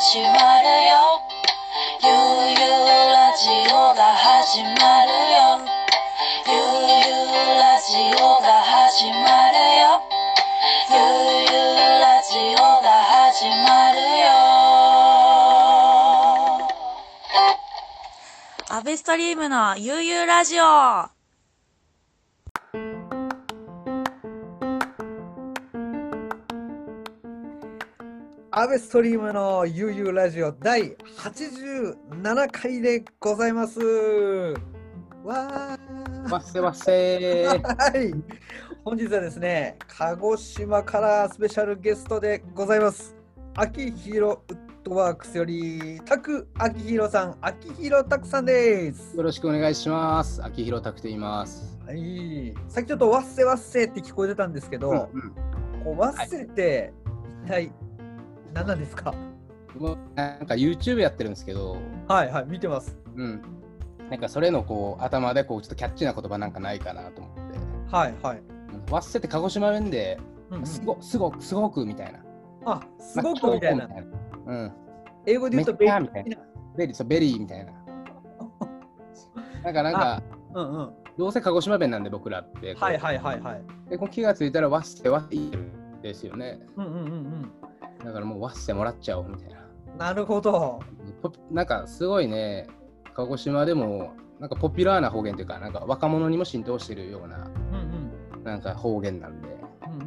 始まるよ。ゆうゆうラジオが始まるよ。ゆうゆうラジオが始まるよ。ゆうゆうラジオが始まるよ。アベストリームのゆうゆうラジオ。 アベストリームのゆうゆうラジオ第87回でございます。わー。 わっせわっせー。 はい。本日はですね、鹿児島からスペシャルゲストでございます。秋広ウッドワークスより、タク秋広さん、秋広タクさんです。 よろしくお願いします。秋広拓と言います。 はい。さっきちょっとわっせわっせって聞こえてたんですけど、こうわっせって一体何なんですか？ なんか YouTube やってるんですけど、 はいはい、見てます。 なんかそれのこう頭でこうちょっとキャッチーな言葉なんかないかなと思って。 はいはい。 わっせって鹿児島弁で、すごくみたいな。 あ、すごくみたいな。英語で言うとベリーみたいな。ベリーみたいな。なんか、どうせ鹿児島弁なんで僕らって。 はいはいはいはい。 で、こう気がついたらわっせわっせいるんですよね。だからもうわっせもらっちゃおうみたいな。 なるほど。 なんかすごいね、鹿児島でもなんかポピュラーな方言というか、なんか若者にも浸透してるような、なんか方言なんで。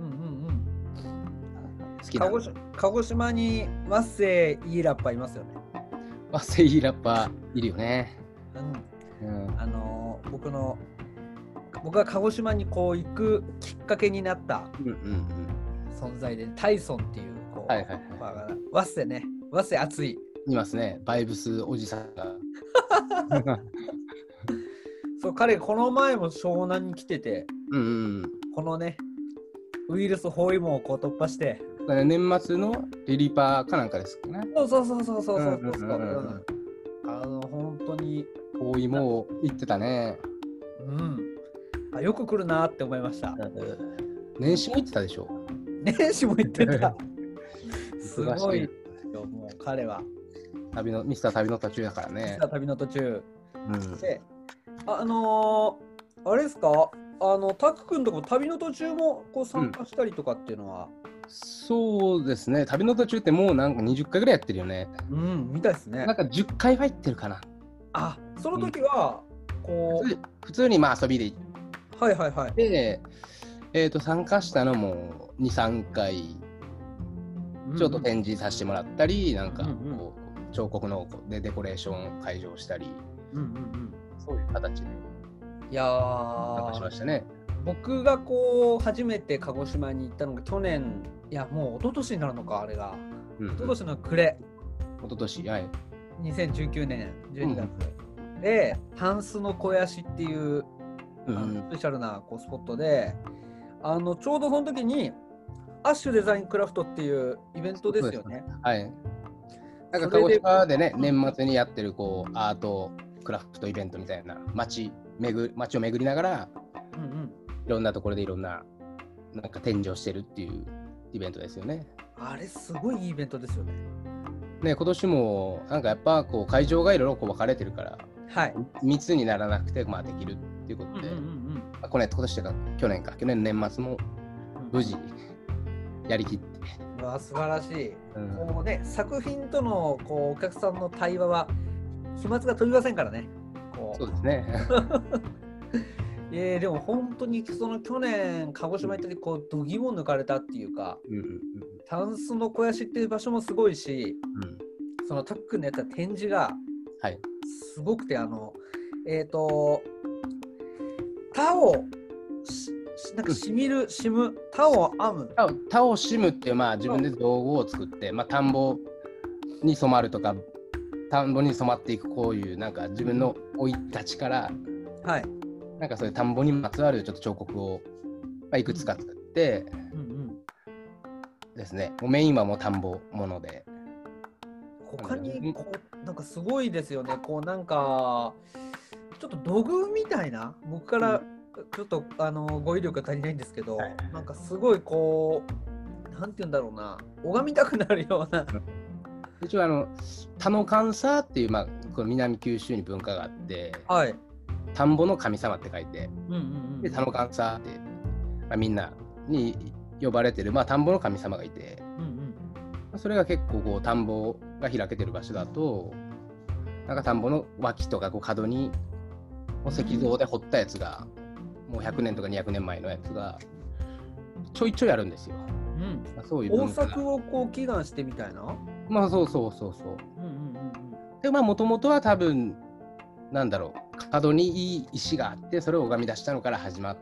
好きな鹿児島にわっせいいラッパーいますよね。 わっせいいラッパーいるよね。 僕が鹿児島にこう行くきっかけになった存在で、タイソンっていうわっせね、わっせ熱い。 いますね、バイブスおじさんが。 そう、彼この前も湘南に来てて、このね、ウイルス包囲網をこう突破して。 年末のリリパーかなんかですかね。 そう。本当に包囲網行ってたね。 よく来るなって思いました。 年始も行ってたでしょ。 年始も行ってた。すごいよ、もう彼は。 ミスター旅の途中だからね。 ミスター旅の途中。で、あれですか、タク君とか旅の途中もこう参加したりとかっていうのは？ そうですね、旅の途中ってもうなんか20回ぐらいやってるよね。 みたいですね。 なんか10回は行ってるかな。 あ、その時はこう普通にまあ遊びで行って、で、参加したのも2、3回ちょっと展示させてもらったり、なんかこう彫刻のでデコレーション会場したり、そういう形で参加しましたね。 僕がこう初めて鹿児島に行ったのが去年、いやもう一昨年になるのか、あれが一昨年の暮れ、 一昨年、はい、 2019年12月で、タンスの肥やしっていうスペシャルなこうスポットで、ちょうどその時にアッシュデザインクラフトっていうイベントですよね。 はい。なんか鹿児島でね、年末にやってるこうアートクラフトイベントみたいな街を巡りながら、いろんなところでいろんななんか展示をしてるっていうイベントですよね。 あれすごいいいイベントですよね。 ね、今年もなんかやっぱこう会場がいろいろこう分かれてるから、密にならなくてまあできるっていうことで、今年というか去年の年末も無事やりきって。 素晴らしい。こうね、作品とのこうお客さんの対話は飛沫が飛びませんからね。 そうですね。 でも本当にその去年鹿児島行った時こう度肝抜かれたっていうか、タンスの肥やしっていう場所もすごいし、そのタックンのやった展示がすごくて、他をなんか染む、他を編む。 他を染むっていう、まあ自分で道具を作って、まあ田んぼに染まるとか、田んぼに染まっていくこういうなんか自分の生い立ちから、なんかそういう田んぼにまつわるちょっと彫刻を、いくつか作ってですね、もうメインはもう田んぼもので。 他にこうなんかすごいですよね。こうなんかちょっと土偶みたいな、僕からちょっと語彙力が足りないんですけど、なんかすごいこうなんて言うんだろうな、拝みたくなるような一応田の神様っていう、この南九州に文化があって、 はい。 田んぼの神様って書いて、 うんうんうん。 で田の神様って、みんなに呼ばれてる、田んぼの神様がいて、 うんうん。 それが結構こう田んぼが開けてる場所だと、なんか田んぼの脇とかこう角に石像で掘ったやつが、もう100年とか200年前のやつがちょいちょいあるんですよ。 うん。 そういう豊文化が。 作をこう祈願してみたいな。 そう。 うんうんうんでもともとは多分なんだろう、角にいい石があってそれを拝み出したのから始まって、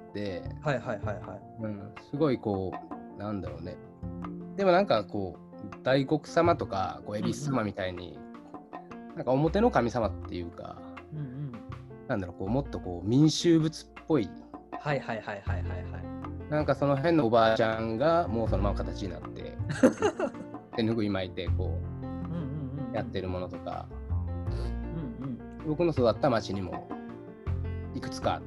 はいはいはいはい。 すごいこうなんだろうね。でもなんかこう大黒様とかこう恵比寿様みたいに、なんか表の神様っていうか、なんだろう、こうもっとこう民衆物っぽい、 はいはいはいはいはいはい。 なんかその辺のおばあちゃんがもうそのまま形になって手ぬぐい巻いてこうやってるものとか、僕の育った町にもいくつかあって、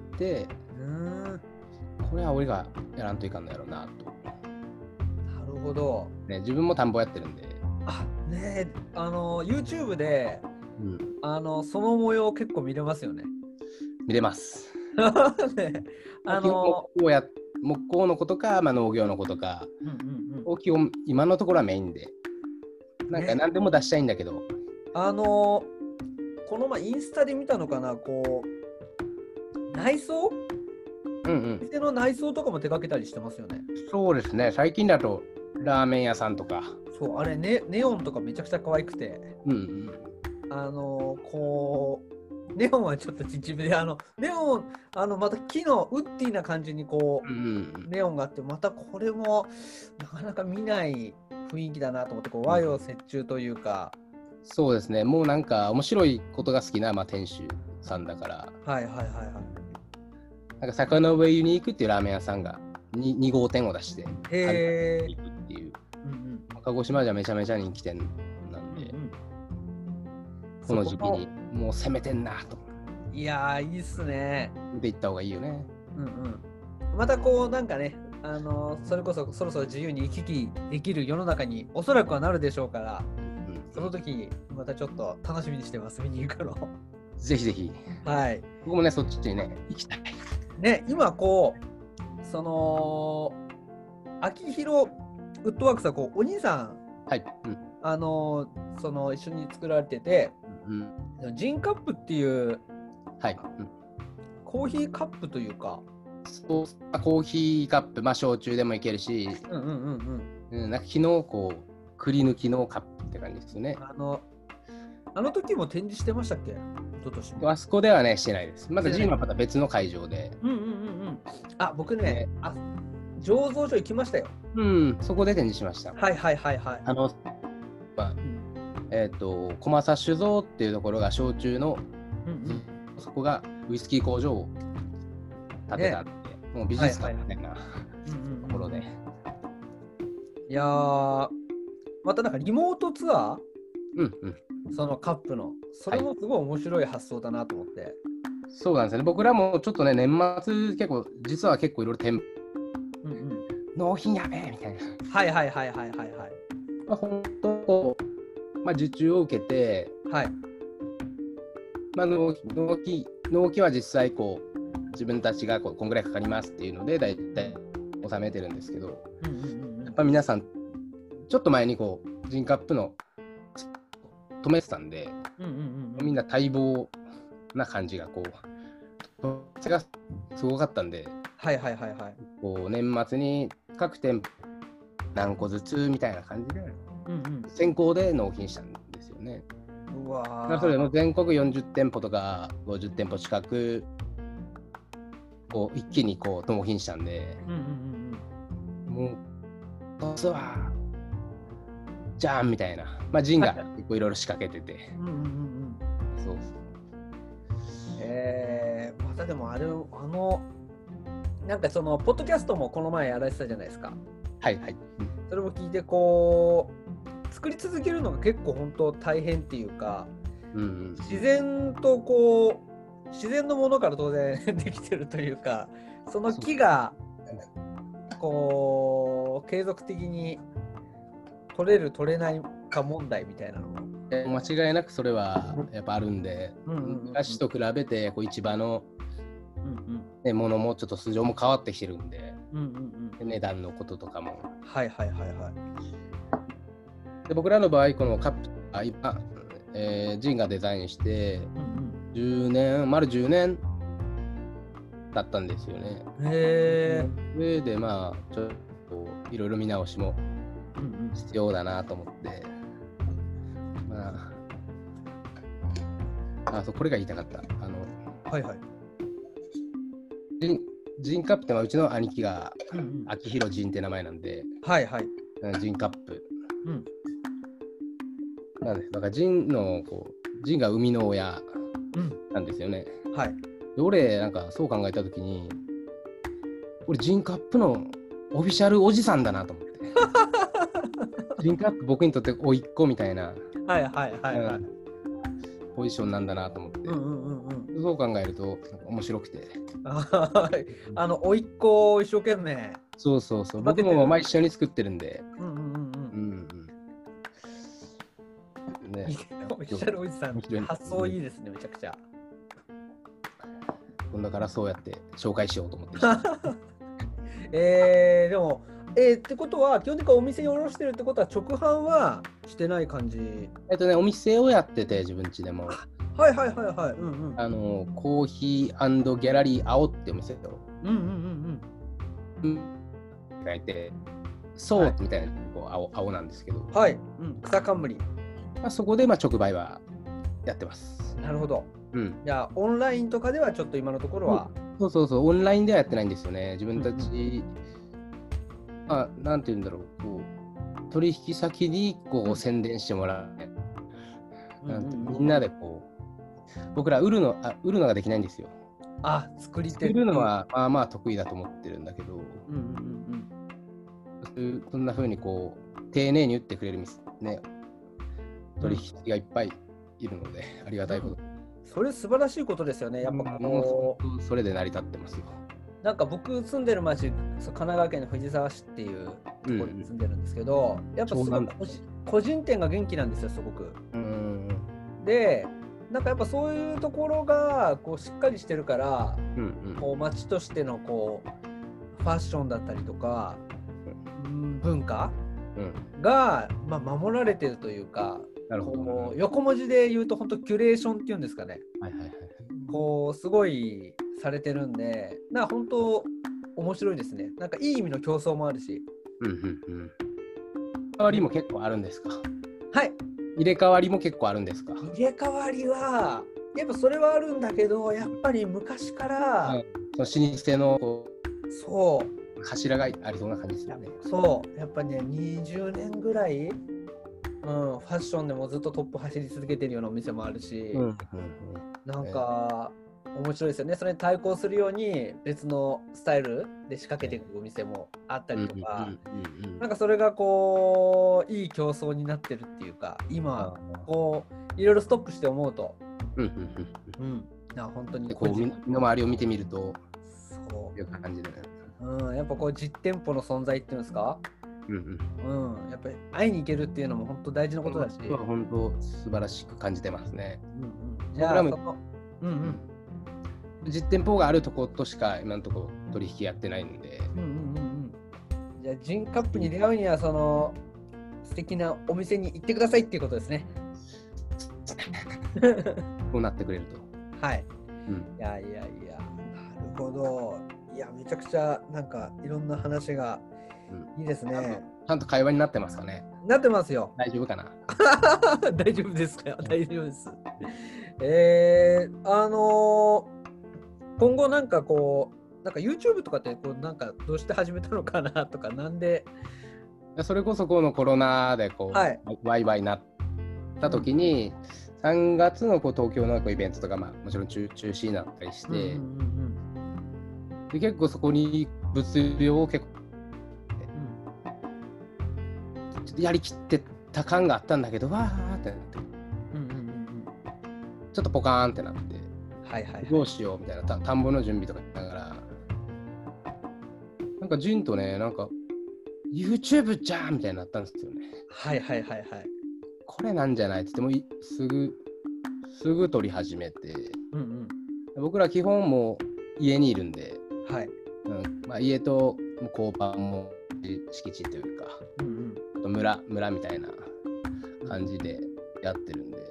これは俺がやらんといかんのやろうなと。 なるほど。 ね、自分も田んぼやってるんで。 ね、YouTube で、その模様結構見れますよね。 見れます。 ね、 木工のことか、農業のことか、基本今のところはメインで、なんか何でも出したいんだけど、 この前インスタで見たのかな、こう内装、店の内装とかも手掛けたりしてますよね。 そうですね。最近だとラーメン屋さんとか、 そうあれね、ネオンとかめちゃくちゃ可愛くて、こうネオンはちょっとちびで、ネオンまた木のウッディな感じにこう、ネオンがあって、またこれもなかなか見ない雰囲気だなと思って、こう和洋折衷というか。 そうですね。もうなんか面白いことが好きな、店主さんだから。 はいはいはいはい。 なんか坂の上ユニークっていうラーメン屋さんが 2号店を出して、行くっていう。鹿児島じゃめちゃめちゃ人気店なんで、この時期にもう攻めてんなと。 いやー、いいっすね。 で行った方がいいよね。 またこうなんかね、それこそそろそろ自由に行き来できる世の中におそらくはなるでしょうから、その時またちょっと楽しみにしてます、見に行くの。 ぜひぜひ。 はい。 僕もね、そっちにね、行きたい。 ね、今こう、その、秋広ウッドワークスはこう、お兄さん、 はい。 その一緒に作られてて、ジンカップっていう、 はい。 コーヒーカップというか、 コーヒーカップ、焼酎でもいけるし、なんか昨日こう、栗抜きのカップって感じですよね。 あの時も展示してましたっけ？ あそこではね、してないです。また G はまた別の会場で。 僕ね、醸造所行きましたよ。 そこで展示しました。 はいはいはいはい。 小政酒造っていうところが焼酎の、そこがウイスキー工場を建てたんで、もう美術館みたいなところで。 いやー、またなんかリモートツアー、そのカップの、それもすごい面白い発想だなと思って。 そうなんですよね。僕らもちょっとね、年末実は結構いろいろ納品やべえみたいな。 はいはいはいはいはいはい。 本当こう、受注を受けて、納期は実際こう自分たちがこんぐらいかかりますっていうので大体納めてるんですけど、やっぱ皆さんちょっと前にこうジンカップの止めてたんで、みんな待望な感じがこうそれがすごかったんで、こう年末に各店何個ずつみたいな感じで先行で納品したんですよね。それも全国40店舗とか50店舗近くこう一気にこう納品したんで、もうどうすわじゃんみたいな、ジンが結構いろいろ仕掛けてて、そうまたでもなんかそのポッドキャストもこの前やられてたじゃないですか。 はいはい。 それも聞いてこう作り続けるのが結構本当大変っていうか、自然とこう自然のものから当然できてるというか、その木がこう継続的に取れる取れないか問題みたいなのも間違いなくそれはやっぱあるんで、昔と比べてこう市場の、ものもちょっと素性も変わってきてるんで、値段のこととかも。 はいはいはいはい。 で僕らの場合このカップ今、ジンがデザインして、丸10年だったんですよね。 へそれでまあちょっといろいろ見直しも必要だなと思って、そうこれが言いたかった。 はいはい。 ジンカップってうちの兄貴が秋広ジンって名前なんで、 はいはい。 ジンカップ。なんです。だからジンが生みの親なんですよね。 はい。 で俺なんかそう考えたときに、俺ジンカップのオフィシャルおじさんだなと思って。ジンカップ僕にとって甥っ子みたいな、ポジションなんだなと思って。そう考えると面白くて。 甥っ子を一生懸命。 そう。僕も一緒に作ってるんで。 ね、オフィシャルおじさん、発想いいですね、めちゃくちゃ。 だからそうやって紹介しようと思って。 でも、ってことは、基本的にお店に卸してるってことは、直販はしてない感じ？ お店をやってて、自分家でも。 はい。 コーヒー&ギャラリー青ってお店と。書いて、そうみたいな青なんですけど。 はい。草冠。 そこで直売はやってます。 なるほど。じゃあオンラインとかではちょっと今のところは。 そう、オンラインではやってないんですよね。自分たち、なんて言うんだろう、取引先に宣伝してもらう。みんなで僕ら売るのができないんですよ。作るのはまあ得意だと思ってるんだけど、そんな風に丁寧に売ってくれるね。取引先がいっぱいいるので、ありがたいこと。 それ素晴らしいことですよね。やっぱそれで成り立ってますよ。 なんか僕住んでる町、神奈川県の藤沢市っていうところに住んでるんですけど、やっぱすごく個人店が元気なんですよ、すごく。で、なんかやっぱそういうところがしっかりしてるから、町としてのファッションだったりとか、文化が、守られてるというか、横文字で言うと本当キュレーションっていうんですかね。すごいされてるんで、本当面白いですね。なんかいい意味の競争もあるし。 入れ替わりも結構あるんですか？ はい。 入れ替わりも結構あるんですか？ 入れ替わりはやっぱそれはあるんだけど、やっぱり昔から、 その老舗の柱がありそうな感じですよね。 やっぱね、20年ぐらい、ファッションでもずっとトップ走り続けてるようなお店もあるし、なんか面白いですよね。それに対抗するように別のスタイルで仕掛けていくお店もあったりとか、なんかそれがいい競争になってるっていうか、今いろいろストップして思うと、本当に身の回りを見てみるとそういう感じでね。 やっぱ実店舗の存在っていうんですか、やっぱり会いに行けるっていうのも本当大事なことだし、 本当素晴らしく感じてますね。 じゃあ実店舗があるとことしか今のところ取引やってないんで、 じゃあジンカップに出会うには素敵なお店に行ってくださいっていうことですね。 こうなってくれると。 はい。いや、なるほど。いや、めちゃくちゃなんかいろんな話がいいですね。 ちゃんと会話になってますかね？なってますよ。 大丈夫かな？ 大丈夫ですか？大丈夫です。今後なんかYouTube とかってなんかどうして始めたのかなとか、なんで？ それこそこのコロナでワイワイなった時に、3月の東京のイベントとかもちろん中止になったりして、で結構そこに物量を結構ちょっとやりきってた感があったんだけど、わーってなって、ちょっとポカーンってなって、どうしようみたいな、田んぼの準備とかしながら、なんかジンとね、なんか YouTube じゃんみたいになったんですよね。 これなんじゃないって言ってもすぐ撮り始めて、僕ら基本もう家にいるんで、まあ、家と交番も敷地というか、あと村みたいな感じでやってるんで、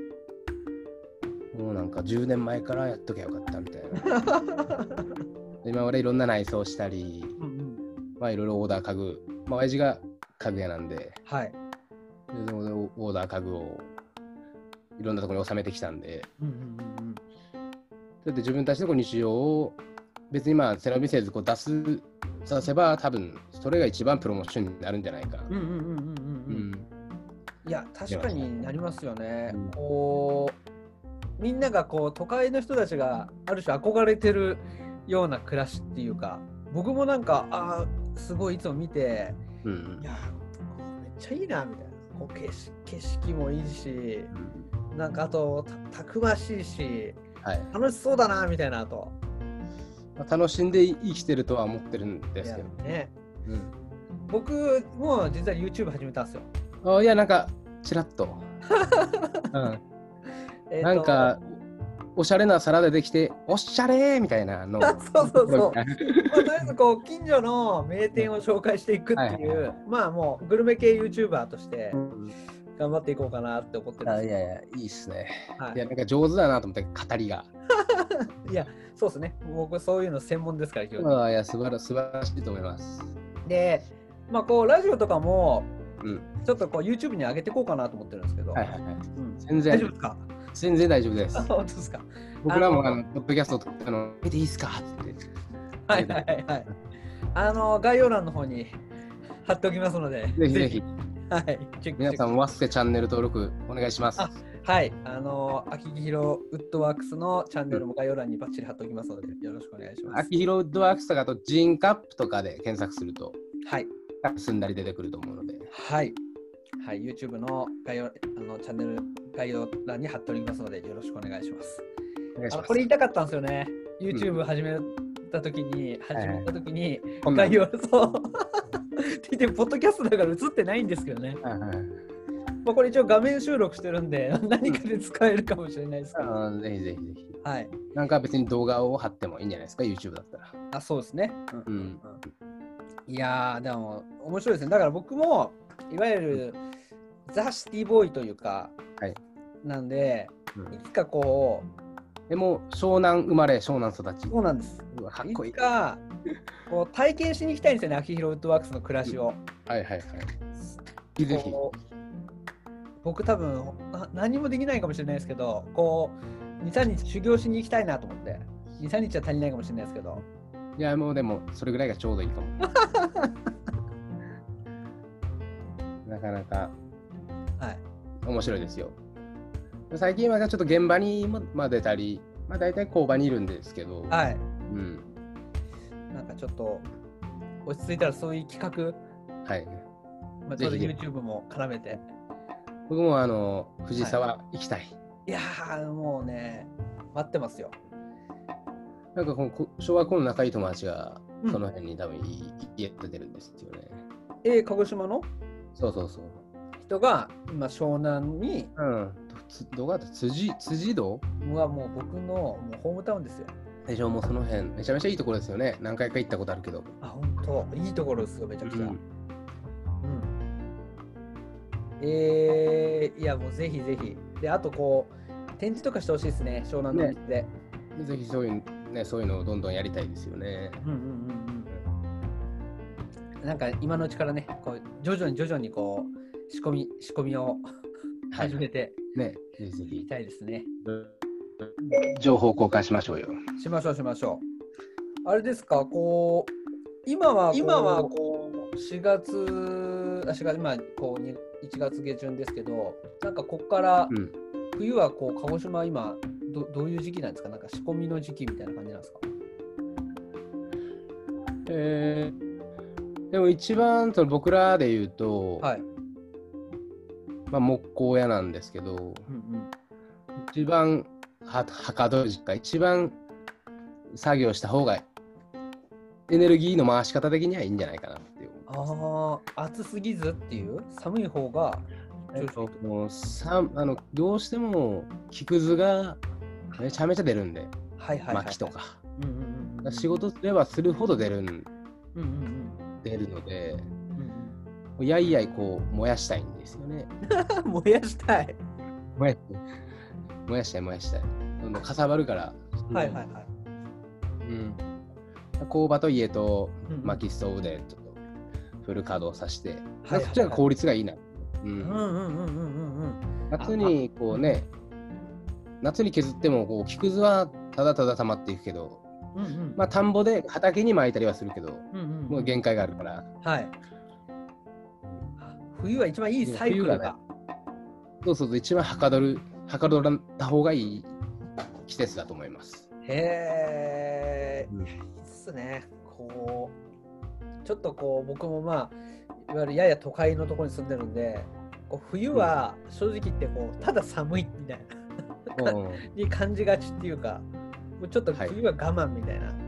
もうなんか10年前からやっときゃよかったみたいな。今俺いろんな内装したり、まあいろいろオーダー家具、まあ親父が家具屋なんで、でオーダー家具をいろんなところに収めてきたんで、だって自分たちの日常を別にまあセラビせずこう出せば多分それが一番プロモーションになるんじゃないかな。 いや確かになりますよね。こうみんながこう都会の人たちがある種憧れてるような暮らしっていうか、僕もなんかすごいいつも見て、いやめっちゃいいなみたいな、こう景色もいいし、なんかあとたくましいし、楽しそうだなみたいなと。 楽しんで生きてるとは思ってるんですけどね。僕も実は YouTube 始めたんですよ。 いやなんかちらっと、なんかおしゃれな皿でできておしゃれみたいなのそうとりあえずこう近所の名店を紹介していくっていう、まあもうグルメ系 YouTuber として頑張っていこうかなって思ってるんです。 いやいいっすね。いやなんか上手だなと思って語りが。 いやそうですね。僕そういうの専門ですからいや素晴らしいと思います。 で、まあこうラジオとかもちょっとこう YouTube に上げていこうかなと思ってるんですけど。 全然大丈夫ですか？ 全然大丈夫です。 本当ですか？ 僕らもポッドキャスト見ていいですかって概要欄の方に貼っておきますので、 ぜひ皆さんも忘れチャンネル登録お願いします。 秋広ウッドワークスのチャンネルも概要欄にバッチリ貼っておきますのでよろしくお願いします。 秋広ウッドワークスとかとジーンカップとかで検索するとすんなり出てくると思うので、 YouTube のチャンネル概要欄に貼っておりますのでよろしくお願いします。これ言いたかったんですよね。YouTube 始めた時に概要そうって言ってポッドキャストだから映ってないんですけどね。これ一応画面収録してるんで何かで使えるかもしれないですけど。 ぜひ。なんか別に動画を貼ってもいいんじゃないですか YouTube だったら。 そうですね。いやーでも面白いですね。だから僕もいわゆるザ・シティボーイというか、なんで、いつかこうでも湘南生まれ湘南育ち。 そうなんです。 かっこいい。 いつかこう体験しに行きたいんですよね、秋広ウッドワークスの暮らしを。 ぜひ。 僕多分何もできないかもしれないですけど、こう 2,3 日修行しに行きたいなと思って。2,3 日は足りないかもしれないですけど。 いやもうでもそれぐらいがちょうどいいかも。なかなか面白いですよ。最近はちょっと現場に出たり、大体工場にいるんですけど、 なんかちょっと落ち着いたらそういう企画、ちょっと YouTube も絡めて。 僕も藤沢行きたい。 いやーもうね待ってますよ。 なんかこの小学校の仲いい友達がその辺に多分家出てるんですよね。鹿児島の？ そう。 人が今湘南に。 どこだった辻堂はもう僕のもうホームタウンですよ。 でしょ、もうその辺めちゃめちゃいいところですよね。何回か行ったことあるけど。 本当いいところですよめちゃくちゃ。いやもうぜひぜひ。であとこう展示とかしてほしいですね、湘南の道で。 ぜひそういうのをどんどんやりたいですよね。 なんか今のうちからね、こう徐々にこう仕込みを始めてぜひいきたいですね。 情報交換しましょうよ。 しましょう。あれですか、こう今はこう4月今こう1月下旬ですけど、なんかここから冬はこう鹿児島今どういう時期なんですか？なんか仕込みの時期みたいな感じなんですか？ でも一番僕らで言うと、木工屋なんですけど、一番はかどる時間、一番作業した方がエネルギーの回し方的にはいいんじゃないかなっていう。 暑すぎずっていう寒い方がもうどうしても木くずがめちゃめちゃ出るんで、薪とか。仕事すればするほど出るので、やいやいこう燃やしたいんですよね。 燃やしたい。 燃やしたい。どんどんかさばるから。工場と家と薪ストーブでちょっとフル稼働させて、そっちが効率がいいな。夏にこうね、夏に削ってもこう木くずはただただ溜まっていくけど、まあ田んぼで畑に撒いたりはするけど、もう限界があるから。 冬は一番いいサイクルが。 そう一番はかどらった方がいい季節だと思います。 へえ、いいっすね。こうちょっとこう僕もまあいわゆるやや都会のところに住んでるんで、こう冬は正直言ってこうただ寒いみたいなに感じがちっていうか、もうちょっと冬は我慢みたいな。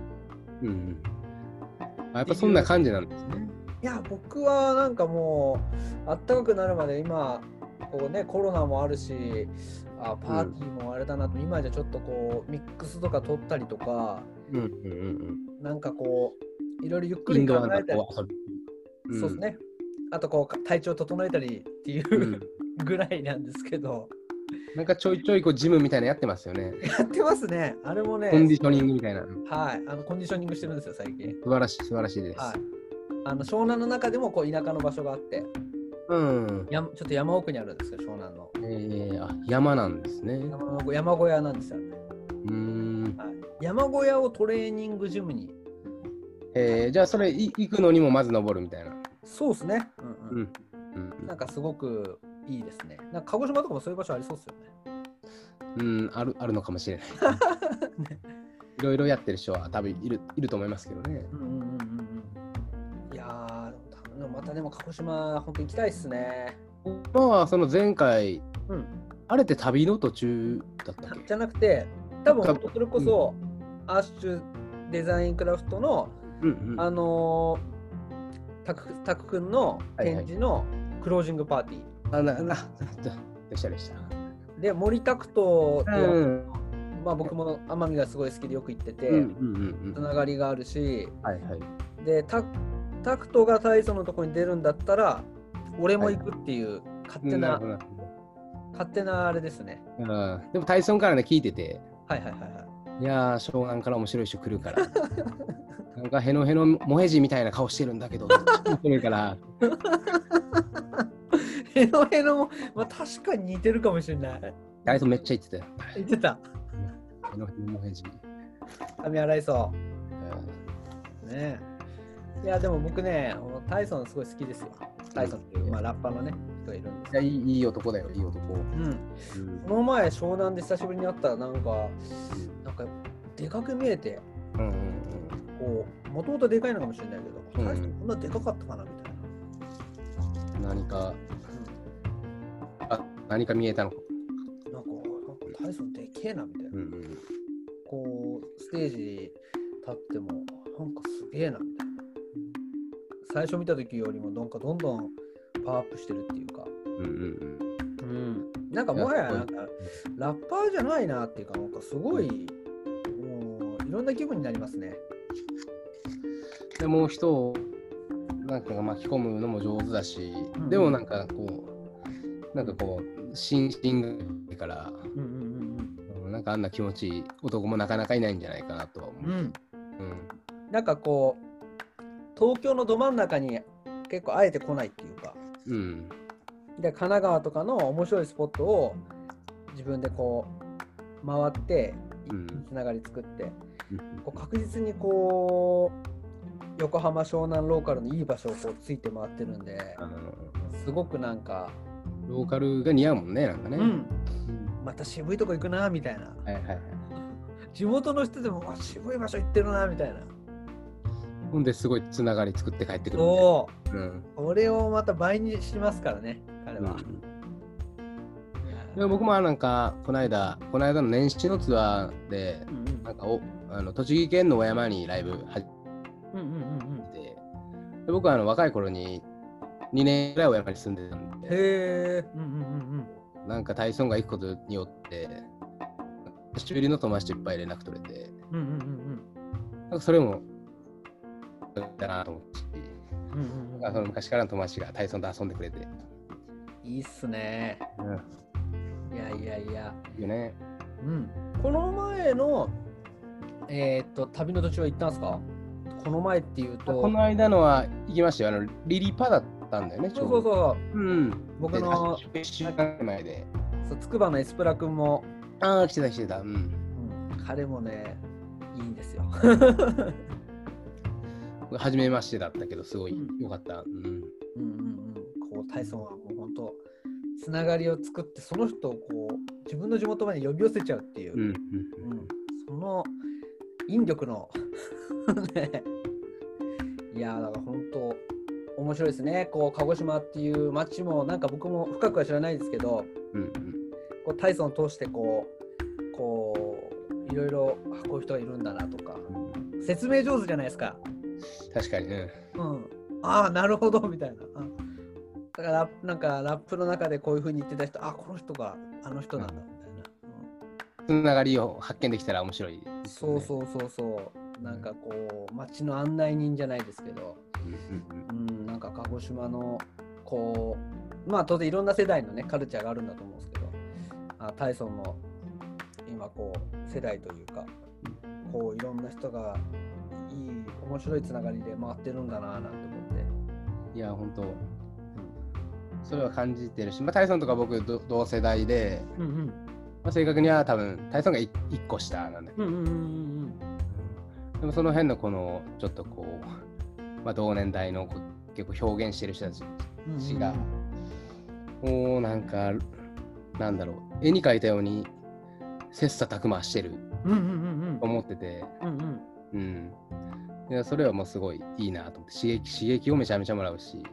やっぱそんな感じなんですね。 いや僕はなんかもう暖かくなるまで今こうねコロナもあるし、パーティーもあれだなと、今じゃちょっとこうミックスとか取ったりとか、なんかこういろいろゆっくり考えたり、そうですね。あとこう体調整えたりっていうぐらいなんですけど、 なんかちょいちょいこうジムみたいなやってますよね。 やってますね。あれもね。 コンディショニングみたいな。 コンディショニングしてるんですよ最近。 素晴らしいです。 湘南の中でもこう田舎の場所があって、ちょっと山奥にあるんですよ、湘南の。 山なんですね。 山小屋なんですよね。山小屋をトレーニングジムに。 じゃあそれ行くのにもまず登るみたいな。 そうですね。なんかすごくいいですね。なんか鹿児島とかもそういう場所ありそうですよね。 あるのかもしれない。いろいろやってる人は多分いると思いますけどね。 いやー、またでも鹿児島本当に行きたいっすね。 まあその前回、あれって旅の途中だったっけ？ じゃなくて、多分それこそ、アッシュデザインクラフトのタク君の展示のクロージングパーティー。 でした。 で、森拓人っていう、僕も奄美がすごい好きでよく行ってて、つながりがあるし、で、タクトが大層のところに出るんだったら、俺も行くっていう、勝手なあれですね。 でもタイソンからね聞いてて、 いやー湘南から面白い人来るからなんかヘノヘノモヘジみたいな顔してるんだけど来るからヘノヘノも、確かに似てるかもしれない。 タイソンめっちゃ言ってたよ。 言ってた。 ヘノヘノモヘジ髪洗いそうね。いやでも僕ね、タイソンすごい好きですよ。タイソンっていう、ラッパーのね人がいるんですよ。 いい男だよ、いい男。 この前湘南で久しぶりに会ったらなんかでかく見えて、こうもともとでかいのかもしれないけど、タイソンこんなでかかったかなみたいな。 何か見えたのか。 なんかタイソンでけえなみたいな。こうステージ立ってもなんかすげえなみたいな。最初見た時よりもなんかどんどんパワーアップしてるっていうか、なんかもはやなんかラッパーじゃないなっていうか、なんかすごいもういろんな気分になりますね。 でも人をなんか巻き込むのも上手だし、でもなんかこう心身からなんかあんな気持ちいい男もなかなかいないんじゃないかなとは思う。 なんかこう東京のど真ん中に結構あえて来ないっていうか、で神奈川とかの面白いスポットを自分でこう回ってつながり作って、こう確実にこう横浜湘南ローカルのいい場所をこうついて回ってるんで、すごくなんかローカルが似合うもんね、なんかね。 また渋いとこ行くなみたいな。地元の人でも渋い場所行ってるなみたいな。 ほんですごいつながり作って帰ってくる。 これをまた倍にしますからね、彼は。 で僕もなんかこの間の年始のツアーで、なんか栃木県の小山にライブ始めて、僕は若い頃に2年ぐらい小山に住んでたんで、 へえ。 なんかタイソンが行くことによって、久しぶりの友達といっぱい連絡取れて、なんかそれも、だなと思ってし、その昔からの友達がタイソンと遊んでくれて。 いいっすね。いや。 いいよね。 この前の、旅の途中は行ったんですか？この前っていうと。 この間のは行きましたよ。リリパだったんだよね、 そう。僕の 1週間前で。 つくばのエスプラ君も。 ああ、来てた。 彼もね、いいんですよ。 初めましてだったけど、すごい良かった。 こう、タイソンはもう本当、つながりを作って、その人をこう、自分の地元まで呼び寄せちゃうっていう、その引力の、ね、いや、だから本当、面白いですね。こう、鹿児島っていう街も、なんか僕も深くは知らないですけど、こうタイソンを通してこういろいろこういう人がいるんだなとか、説明上手じゃないですか。 確かにね。 ああ、なるほどみたいな。だからなんかラップの中でこういう風に言ってた人、あ、この人があの人なんだみたいな。 つながりを発見できたら面白いですよね。 そう。なんかこう街の案内人じゃないですけど、なんか鹿児島のこう、まあ当然いろんな世代のねカルチャーがあるんだと思うんですけど、タイソンの今こう世代というか、こういろんな人がいい面白いつながりで回ってるんだななんて思って。 いや本当、それは感じてるし、タイソンとか僕同世代で、正確には多分タイソンが1個下なんだけど、でもその辺のこのちょっとこう、同年代の結構表現してる人たちが、もうなんかなんだろう、絵に描いたように切磋琢磨してると思ってて、いやそれはもうすごいいいなと思って、刺激をめちゃめちゃもらうし、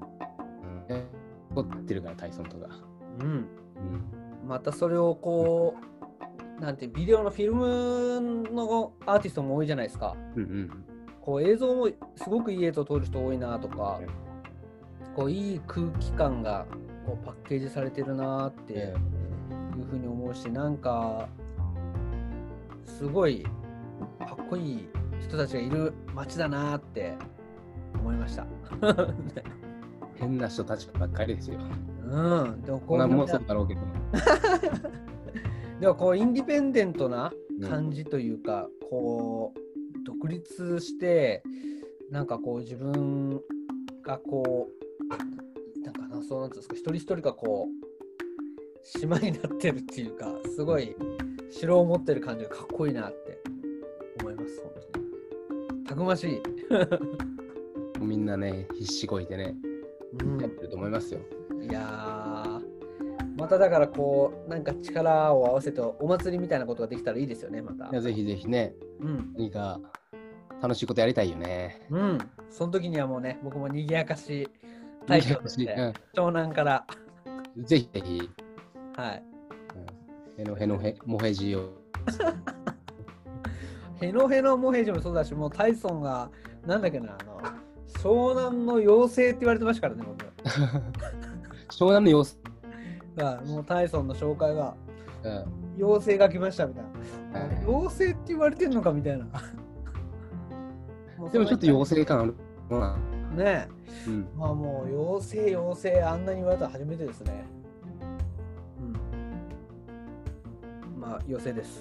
撮ってるからタイソンとか、 またそれをこうなんてビデオのフィルムのアーティストも多いじゃないですか。こう映像もすごくいい映像を撮る人多いなとか、こういい空気感がこうパッケージされてるなっていうふうに思うし、なんかすごいかっこいい人たちがいる街だなって思いました。 変な人たちばっかりですよ。 でもこうもそうだろうけど。 でもこうインディペンデントな感じというか、こう独立してなんかこう自分がこうなんかな、そうなんですか、一人一人がこう島になってるっていうか、すごい城を持ってる感じがかっこいいなって思います。本当にたくましい。 みんなね必死こいてね、やってると思いますよ。 いやまただからこうなんか力を合わせてお祭りみたいなことができたらいいですよね。また。 いやぜひぜひね、何か楽しいことやりたいよね。 その時にはもうね、僕も賑やかし大将として長男からぜひぜひ。 はい。 へのへのへもへじを。 へのへのもへじもそうだし、もうタイソンがなんだっけな、湘南の妖精って言われてましたからね、僕。 湘南の妖精。 もうタイソンの紹介が、妖精が来ましたみたいな。妖精って言われてんのかみたいな。 でもちょっと妖精感ある。 ねえ。まあもう妖精あんなに言われたら初めてですね。まあ妖精です。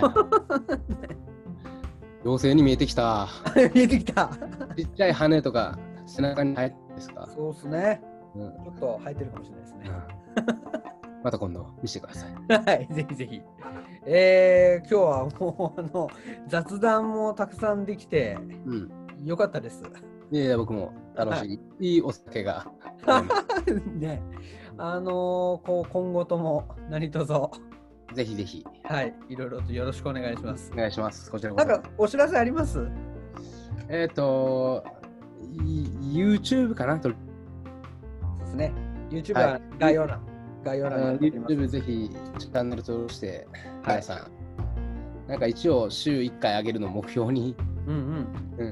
妖精に見えてきた。 見えてきた。 ちっちゃい羽とか背中に生えてるんですか？ そうっすね。ちょっと生えてるかもしれないですね。 また今度見せてください。 はい、ぜひぜひ。今日はもう雑談もたくさんできて、よかったです。 いや僕も楽しい、いいお酒が。 ね、こう今後とも何卒ぜひぜひ。 はい、いろいろとよろしくお願いします。 お願いします。こちらこそ。 なんかお知らせあります？ YouTube かなと。 そうですね。YouTube は概要欄。 YouTube ぜひチャンネル登録して、皆さん、なんか一応週1回上げるのを目標に、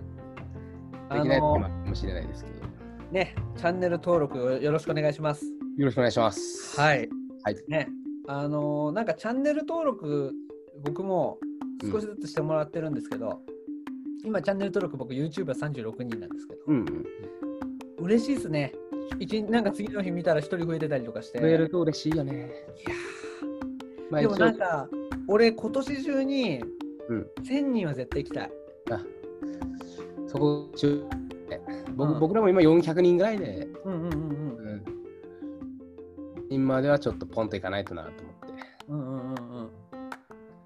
できないかもしれないですけど。 ね、チャンネル登録よろしくお願いします。 よろしくお願いします。 はい。 はい。 ね、なんかチャンネル登録、僕も少しずつしてもらってるんですけど、今チャンネル登録僕 YouTuber 36人なんですけど、嬉しいですね。なんか次の日見たら1人増えてたりとかして。 増えると嬉しいよね。 いやでもなんか、俺今年中に1000人は絶対行きたい。 そこ僕らも今400人ぐらいで、今ではちょっとポンといかないとなと思って。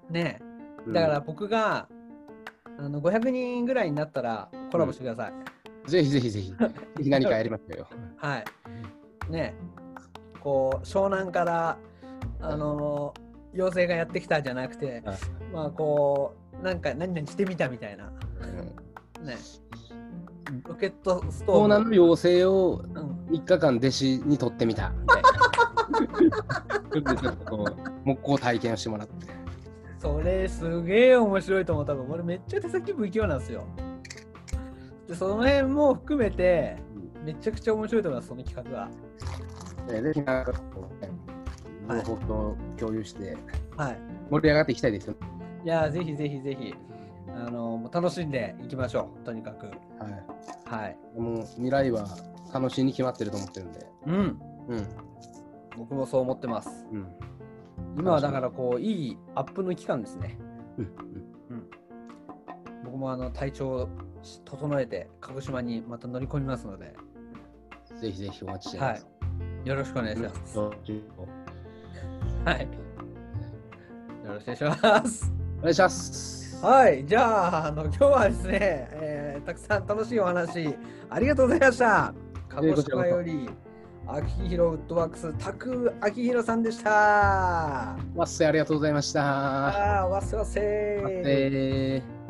ねえ、だから僕が500人ぐらいになったらコラボしてください。 ぜひぜひぜひ何かやりましょうよ。 はい。ねえ、こう湘南から妖精がやってきたじゃなくて、まあこうなんか何々してみたみたいな。ね。ロケットストーブ。 湘南の妖精を3日間弟子に取ってみたみたいな。ちょっとこう木工体験をしてもらって。 それすげえ面白いと思う。多分俺めっちゃ手先不器用なんですよ。でその辺も含めてめちゃくちゃ面白いと思います、その企画は。 ぜひなんか情報を共有して、盛り上がっていきたいですよ。 いやぜひぜひぜひ楽しんでいきましょう、とにかく。はい。 もう未来は楽しいに決まってると思ってるんで。 僕もそう思ってます。今はだからこういいアップの期間ですね。僕も体調を整えて鹿児島にまた乗り込みますので、 ぜひぜひお待ちしてます。 よろしくお願いします。はい。よろしくお願いします。 お願いします。 はい、じゃあ今日はですね、たくさん楽しいお話ありがとうございました。鹿児島より秋広ウッドワークス拓秋広さんでした。 わっせありがとうございました。 わっせわっせー。